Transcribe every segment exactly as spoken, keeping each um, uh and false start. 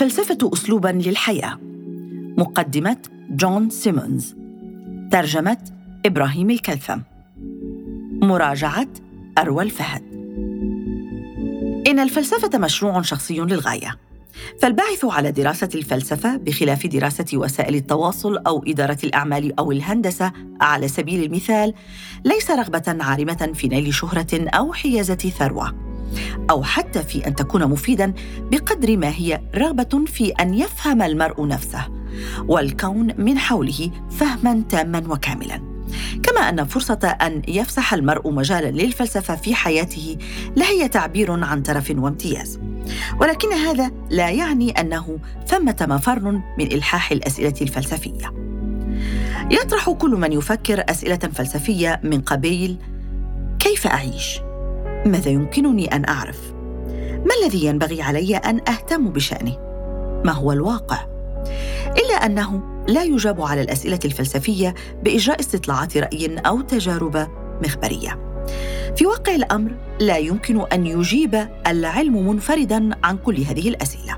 الفلسفة أسلوباً للحياة. مقدمة جون سيمونز. ترجمة إبراهيم الكلثم. مراجعة أروى الفهد. إن الفلسفة مشروع شخصي للغاية، فالباحث على دراسة الفلسفة بخلاف دراسة وسائل التواصل أو إدارة الأعمال أو الهندسة على سبيل المثال ليس رغبة عارمة في نيل شهرة أو حيازة ثروة، أو حتى في أن تكون مفيداً بقدر ما هي رغبة في أن يفهم المرء نفسه والكون من حوله فهماً تاماً وكاملاً. كما أن فرصة أن يفسح المرء مجالاً للفلسفة في حياته لهي تعبير عن ترف وامتياز. ولكن هذا لا يعني أنه ثمة مفر من إلحاح الأسئلة الفلسفية. يطرح كل من يفكر أسئلة فلسفية من قبيل: كيف أعيش؟ ماذا يمكنني أن أعرف؟ ما الذي ينبغي علي أن أهتم بشأنه؟ ما هو الواقع؟ إلا أنه لا يجاب على الأسئلة الفلسفية بإجراء استطلاعات رأي أو تجارب مخبرية. في واقع الأمر لا يمكن أن يجيب العلم منفرداً عن كل هذه الأسئلة،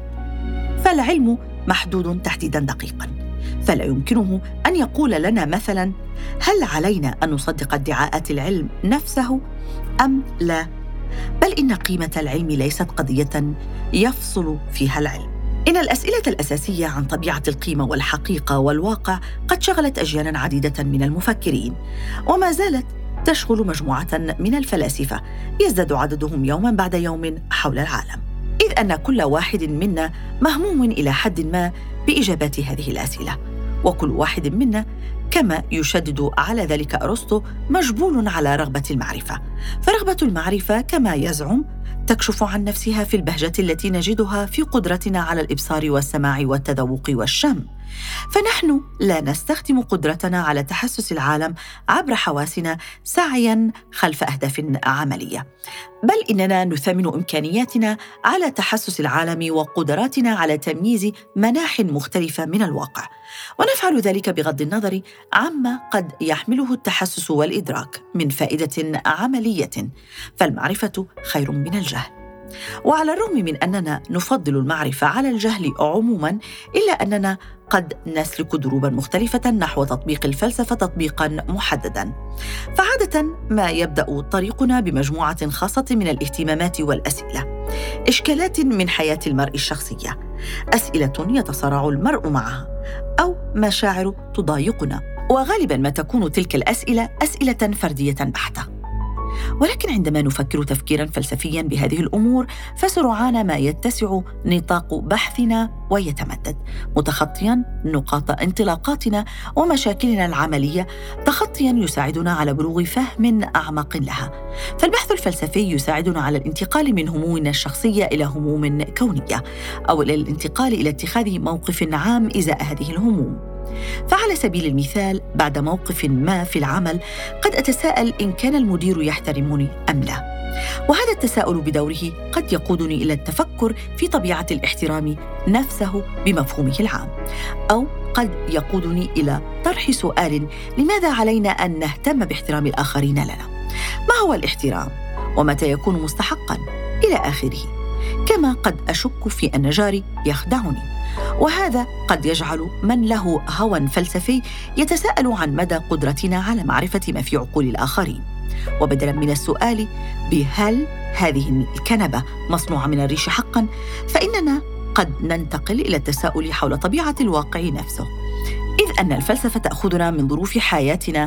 فالعلم محدود تحديداً دقيقاً، فلا يمكنه أن يقول لنا مثلاً: هل علينا أن نصدق ادعاءات العلم نفسه أم لا؟ بل إن قيمة العلم ليست قضية يفصل فيها العلم. إن الأسئلة الأساسية عن طبيعة القيمة والحقيقة والواقع قد شغلت أجيالاً عديدة من المفكرين، وما زالت تشغل مجموعة من الفلاسفة يزداد عددهم يوماً بعد يوم حول العالم، إذ أن كل واحد منا مهموم إلى حد ما بإجابات هذه الأسئلة، وكل واحد منا كما يشدد على ذلك أرسطو مجبول على رغبة المعرفة. فرغبة المعرفة كما يزعم تكشف عن نفسها في البهجة التي نجدها في قدرتنا على الإبصار والسماع والتذوق والشم. فنحن لا نستخدم قدرتنا على تحسس العالم عبر حواسنا سعياً خلف أهداف عملية، بل إننا نثمن إمكانياتنا على تحسس العالم وقدراتنا على تمييز مناح مختلفة من الواقع، ونفعل ذلك بغض النظر عما قد يحمله التحسس والإدراك من فائدة عملية، فالمعرفة خير من الجهل. وعلى الرغم من أننا نفضل المعرفة على الجهل عموماً، إلا أننا قد نسلك دروباً مختلفة نحو تطبيق الفلسفة تطبيقاً محدداً. فعادة ما يبدأ طريقنا بمجموعة خاصة من الاهتمامات والأسئلة، إشكالات من حياة المرء الشخصية، أسئلة يتصارع المرء معها، أو مشاعر تضايقنا، وغالباً ما تكون تلك الأسئلة أسئلة فردية بحتة. ولكن عندما نفكر تفكيراً فلسفياً بهذه الأمور، فسرعان ما يتسع نطاق بحثنا ويتمدد، متخطياً نقاط انطلاقاتنا ومشاكلنا العملية، تخطياً يساعدنا على بلوغ فهم أعمق لها. فالبحث الفلسفي يساعدنا على الانتقال من همومنا الشخصية إلى هموم كونية، أو إلى الانتقال إلى اتخاذ موقف عام إزاء هذه الهموم. فعلى سبيل المثال، بعد موقف ما في العمل قد أتساءل إن كان المدير يحترمني أم لا، وهذا التساؤل بدوره قد يقودني إلى التفكر في طبيعة الاحترام نفسه بمفهومه العام، أو قد يقودني إلى طرح سؤال: لماذا علينا أن نهتم باحترام الآخرين لنا؟ ما هو الاحترام؟ ومتى يكون مستحقاً؟ إلى آخره. كما قد أشك في أن جاري يخدعني، وهذا قد يجعل من له هوى فلسفي يتساءل عن مدى قدرتنا على معرفة ما في عقول الآخرين. وبدلاً من السؤال بهل هذه الكنبة مصنوعة من الريش حقاً، فإننا قد ننتقل إلى التساؤل حول طبيعة الواقع نفسه، إذ أن الفلسفة تأخذنا من ظروف حياتنا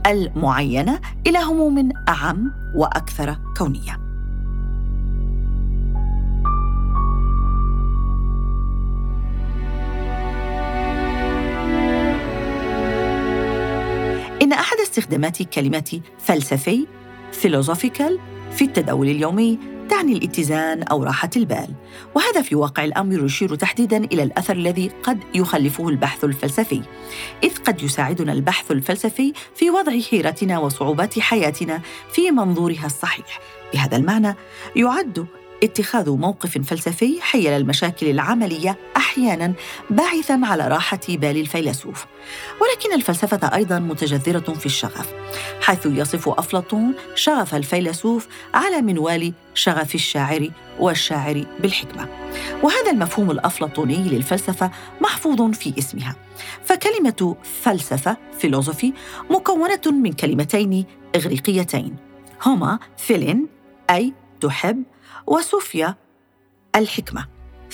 المعينة إلى هموم أعم وأكثر كونية. إن أحد استخدامات كلمة فلسفي philosophical في التداول اليومي تعني الاتزان أو راحة البال، وهذا في واقع الأمر يشير تحديداً إلى الأثر الذي قد يخلفه البحث الفلسفي، إذ قد يساعدنا البحث الفلسفي في وضع حيرتنا وصعوبات حياتنا في منظورها الصحيح. بهذا المعنى يعد اتخاذ موقف فلسفي حيال المشاكل العملية أحياناً باعثاً على راحة بال الفيلسوف. ولكن الفلسفة أيضاً متجذرة في الشغف، حيث يصف أفلاطون شغف الفيلسوف على منوال شغف الشاعر والشاعر بالحكمة. وهذا المفهوم الأفلاطوني للفلسفة محفوظ في اسمها، فكلمة فلسفة فيلوزوفي مكونة من كلمتين إغريقيتين هما فيلين أي تحب وصوفيا الحكمة.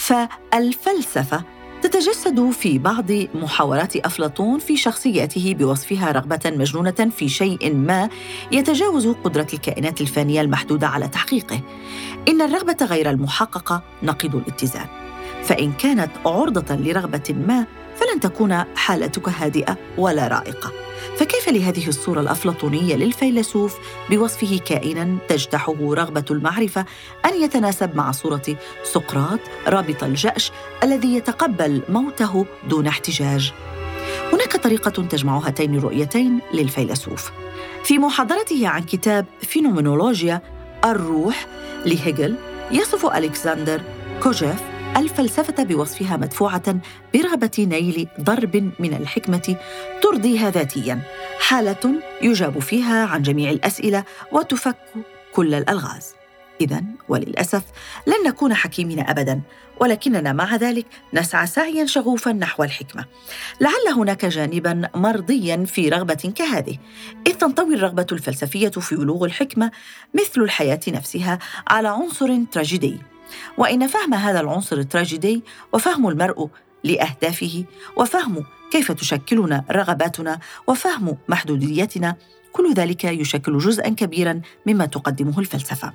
فالفلسفة تتجسد في بعض محاورات أفلاطون في شخصياته بوصفها رغبة مجنونة في شيء ما يتجاوز قدرة الكائنات الفانية المحدودة على تحقيقه. إن الرغبة غير المحققة نقيض الاتزان، فإن كانت عرضة لرغبة ما فلن تكون حالتك هادئة ولا رائقة. فكيف لهذه الصورة الأفلاطونية للفيلسوف بوصفه كائناً تجتاحه رغبة المعرفة أن يتناسب مع صورة سقراط رابط الجأش الذي يتقبل موته دون احتجاج؟ هناك طريقة تجمع هاتين الرؤيتين للفيلسوف. في محاضرته عن كتاب فينومينولوجيا الروح لهيجل، يصف ألكسندر كوجيف الفلسفة بوصفها مدفوعة برغبة نيل ضرب من الحكمة ترضيها ذاتياً، حالة يجاب فيها عن جميع الأسئلة وتفك كل الألغاز. إذن وللأسف لن نكون حكيمين أبداً، ولكننا مع ذلك نسعى سعياً شغوفاً نحو الحكمة. لعل هناك جانباً مرضياً في رغبة كهذه، إذ تنطوي الرغبة الفلسفية في بلوغ الحكمة مثل الحياة نفسها على عنصر تراجيدي. وإن فهم هذا العنصر التراجيدي وفهم المرء لأهدافه وفهم كيف تشكلنا رغباتنا وفهم محدوديتنا، كل ذلك يشكل جزءاً كبيراً مما تقدمه الفلسفة.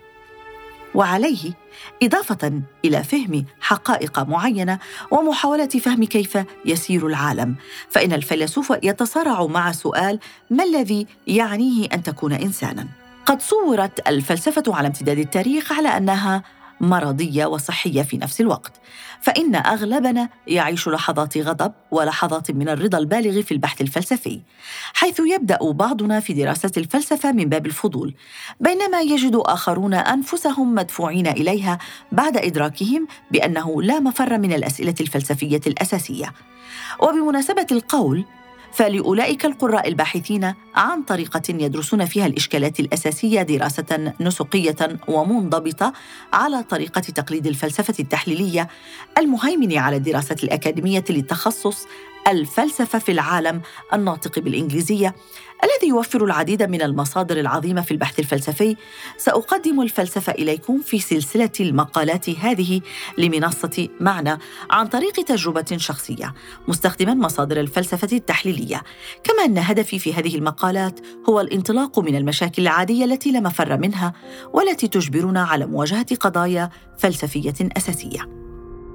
وعليه إضافة إلى فهم حقائق معينة ومحاولة فهم كيف يسير العالم، فإن الفيلسوف يتصارع مع سؤال: ما الذي يعنيه أن تكون إنساناً؟ قد صورت الفلسفة على امتداد التاريخ على أنها مرضية وصحية في نفس الوقت، فإن أغلبنا يعيش لحظات غضب ولحظات من الرضا البالغ في البحث الفلسفي، حيث يبدأ بعضنا في دراسة الفلسفة من باب الفضول، بينما يجد آخرون أنفسهم مدفوعين إليها بعد إدراكهم بأنه لا مفر من الأسئلة الفلسفية الأساسية. وبمناسبة القول، فلأولئك القراء الباحثين عن طريقة يدرسون فيها الإشكالات الأساسية دراسة نسقية ومنضبطة على طريقة تقليد الفلسفة التحليلية المهيمن على الدراسة الأكاديمية للتخصص الفلسفة في العالم الناطق بالإنجليزية، الذي يوفر العديد من المصادر العظيمة في البحث الفلسفي، سأقدم الفلسفة إليكم في سلسلة المقالات هذه لمنصة معنى عن طريق تجربة شخصية، مستخدماً مصادر الفلسفة التحليلية. كما أن هدفي في هذه المقالات هو الانطلاق من المشاكل العادية التي لا مفر منها والتي تجبرنا على مواجهة قضايا فلسفية أساسية.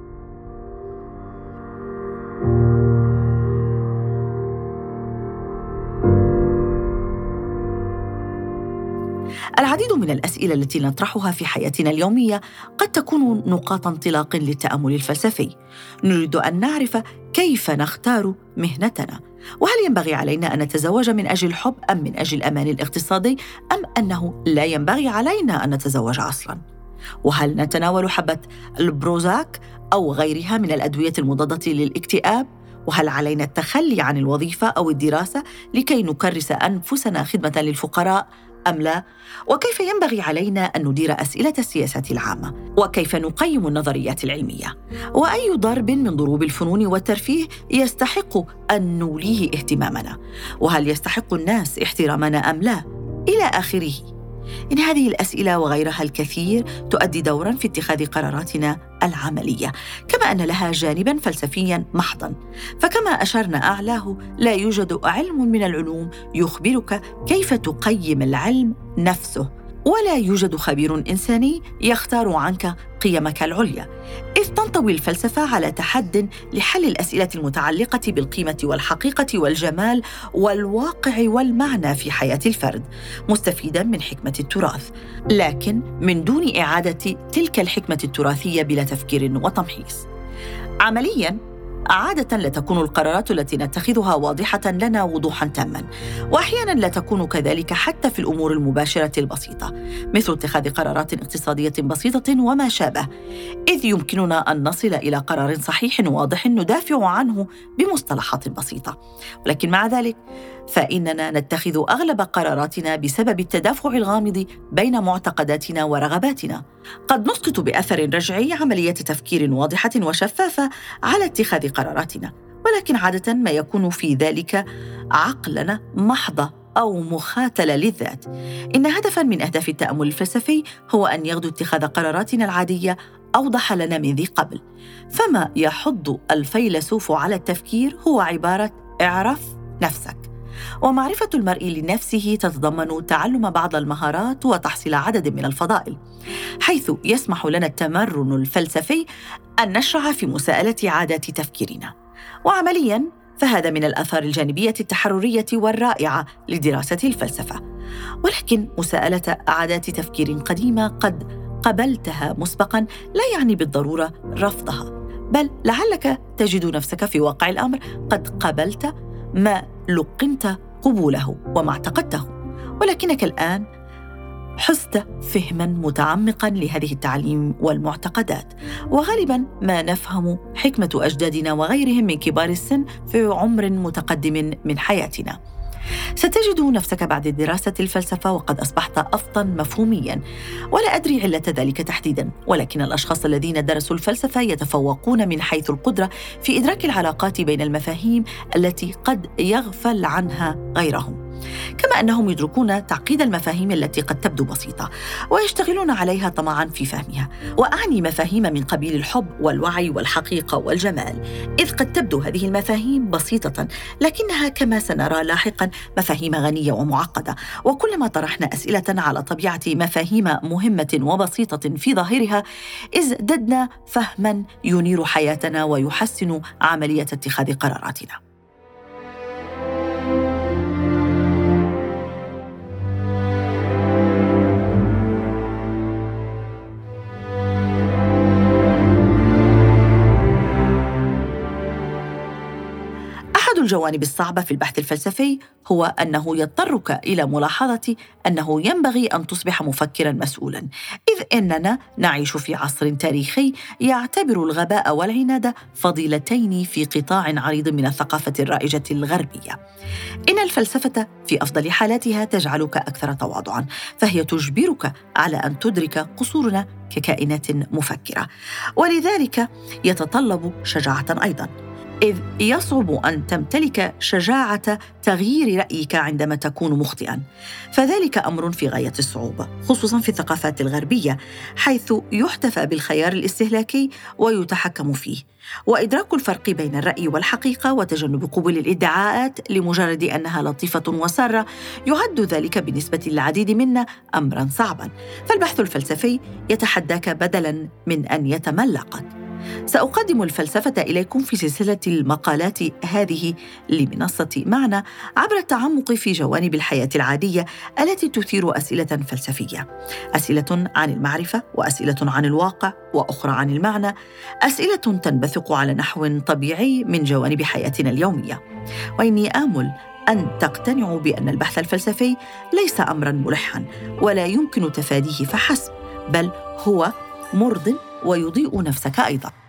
العديد من الأسئلة التي نطرحها في حياتنا اليومية قد تكون نقاط انطلاق للتأمل الفلسفي. نريد أن نعرف كيف نختار مهنتنا، وهل ينبغي علينا أن نتزوج من أجل الحب أم من أجل الأمان الاقتصادي، أم أنه لا ينبغي علينا أن نتزوج أصلاً؟ وهل نتناول حبة البروزاك أو غيرها من الأدوية المضادة للاكتئاب؟ وهل علينا التخلي عن الوظيفة أو الدراسة لكي نكرس أنفسنا خدمة للفقراء أم لا؟ وكيف ينبغي علينا أن ندير أسئلة السياسات العامة؟ وكيف نقيم النظريات العلمية؟ وأي ضرب من ضروب الفنون والترفيه يستحق أن نوليه اهتمامنا؟ وهل يستحق الناس احترامنا أم لا؟ إلى آخره. إن هذه الأسئلة وغيرها الكثير تؤدي دوراً في اتخاذ قراراتنا العملية، كما أن لها جانباً فلسفياً محضاً. فكما أشرنا أعلاه، لا يوجد علم من العلوم يخبرك كيف تقيم العلم نفسه، ولا يوجد خبير إنساني يختار عنك قيمك العليا، إذ تنطوي الفلسفة على تحد لحل الأسئلة المتعلقة بالقيمة والحقيقة والجمال والواقع والمعنى في حياة الفرد، مستفيداً من حكمة التراث، لكن من دون إعادة تلك الحكمة التراثية بلا تفكير وتمحيص. عملياً، عادة لا تكون القرارات التي نتخذها واضحة لنا وضوحاً تاماً، وأحياناً لا تكون كذلك حتى في الأمور المباشرة البسيطة، مثل اتخاذ قرارات اقتصادية بسيطة وما شابه، إذ يمكننا أن نصل إلى قرار صحيح واضح ندافع عنه بمصطلحات بسيطة. ولكن مع ذلك فإننا نتخذ أغلب قراراتنا بسبب التدافع الغامض بين معتقداتنا ورغباتنا. قد نسقط بأثر رجعي عملية تفكير واضحة وشفافة على اتخاذ قراراتنا، ولكن عادة ما يكون في ذلك عقلنا محضة أو مخاتلة للذات. إن هدفاً من أهداف التأمل الفلسفي هو أن يغدو اتخاذ قراراتنا العادية أوضح لنا من ذي قبل. فما يحض الفيلسوف على التفكير هو عبارة اعرف نفسك. ومعرفة المرء لنفسه تتضمن تعلم بعض المهارات وتحصيل عدد من الفضائل، حيث يسمح لنا التمرن الفلسفي أن نشرع في مساءلة عادات تفكيرنا. وعملياً فهذا من الآثار الجانبية التحررية والرائعة لدراسة الفلسفة. ولكن مساءلة عادات تفكير قديمة قد قبلتها مسبقاً لا يعني بالضرورة رفضها، بل لعلك تجد نفسك في واقع الأمر قد قبلت ما لقنت قبوله وما اعتقدته، ولكنك الآن حزت فهماً متعمقاً لهذه التعليم والمعتقدات. وغالباً ما نفهم حكمة أجدادنا وغيرهم من كبار السن في عمر متقدم من حياتنا. ستجد نفسك بعد دراسة الفلسفة وقد أصبحت أفطن مفهومياً، ولا أدري علة ذلك تحديداً، ولكن الأشخاص الذين درسوا الفلسفة يتفوقون من حيث القدرة في إدراك العلاقات بين المفاهيم التي قد يغفل عنها غيرهم، كما أنهم يدركون تعقيد المفاهيم التي قد تبدو بسيطة ويشتغلون عليها طمعاً في فهمها. وأعني مفاهيم من قبيل الحب والوعي والحقيقة والجمال، إذ قد تبدو هذه المفاهيم بسيطة لكنها كما سنرى لاحقاً مفاهيم غنية ومعقدة. وكلما طرحنا أسئلة على طبيعة مفاهيم مهمة وبسيطة في ظاهرها ازددنا فهماً ينير حياتنا ويحسن عملية اتخاذ قراراتنا. أحد الجوانب الصعبة في البحث الفلسفي هو أنه يضطرك إلى ملاحظة أنه ينبغي أن تصبح مفكراً مسؤولاً، إذ إننا نعيش في عصر تاريخي يعتبر الغباء والعناد فضيلتين في قطاع عريض من الثقافة الرائجة الغربية. إن الفلسفة في أفضل حالاتها تجعلك أكثر تواضعاً، فهي تجبرك على أن تدرك قصورنا ككائنات مفكرة، ولذلك يتطلب شجاعة أيضاً، إذ يصعب أن تمتلك شجاعة تغيير رأيك عندما تكون مخطئاً، فذلك أمر في غاية الصعوبة، خصوصاً في الثقافات الغربية، حيث يحتفى بالخيار الاستهلاكي ويتحكم فيه. وإدراك الفرق بين الرأي والحقيقة وتجنب قبول الادعاءات لمجرد أنها لطيفة وسارة يعد ذلك بالنسبة للعديد منا أمراً صعباً. فالبحث الفلسفي يتحداك بدلاً من أن يتملقك. سأقدم الفلسفة إليكم في سلسلة المقالات هذه لمنصة معنى عبر التعمق في جوانب الحياة العادية التي تثير أسئلة فلسفية، أسئلة عن المعرفة وأسئلة عن الواقع وأخرى عن المعنى، أسئلة تنبثق على نحو طبيعي من جوانب حياتنا اليومية. وإني آمل أن تقتنعوا بأن البحث الفلسفي ليس أمراً ملحاً ولا يمكن تفاديه فحسب، بل هو مرضٍ ويضيء نفسك أيضاً.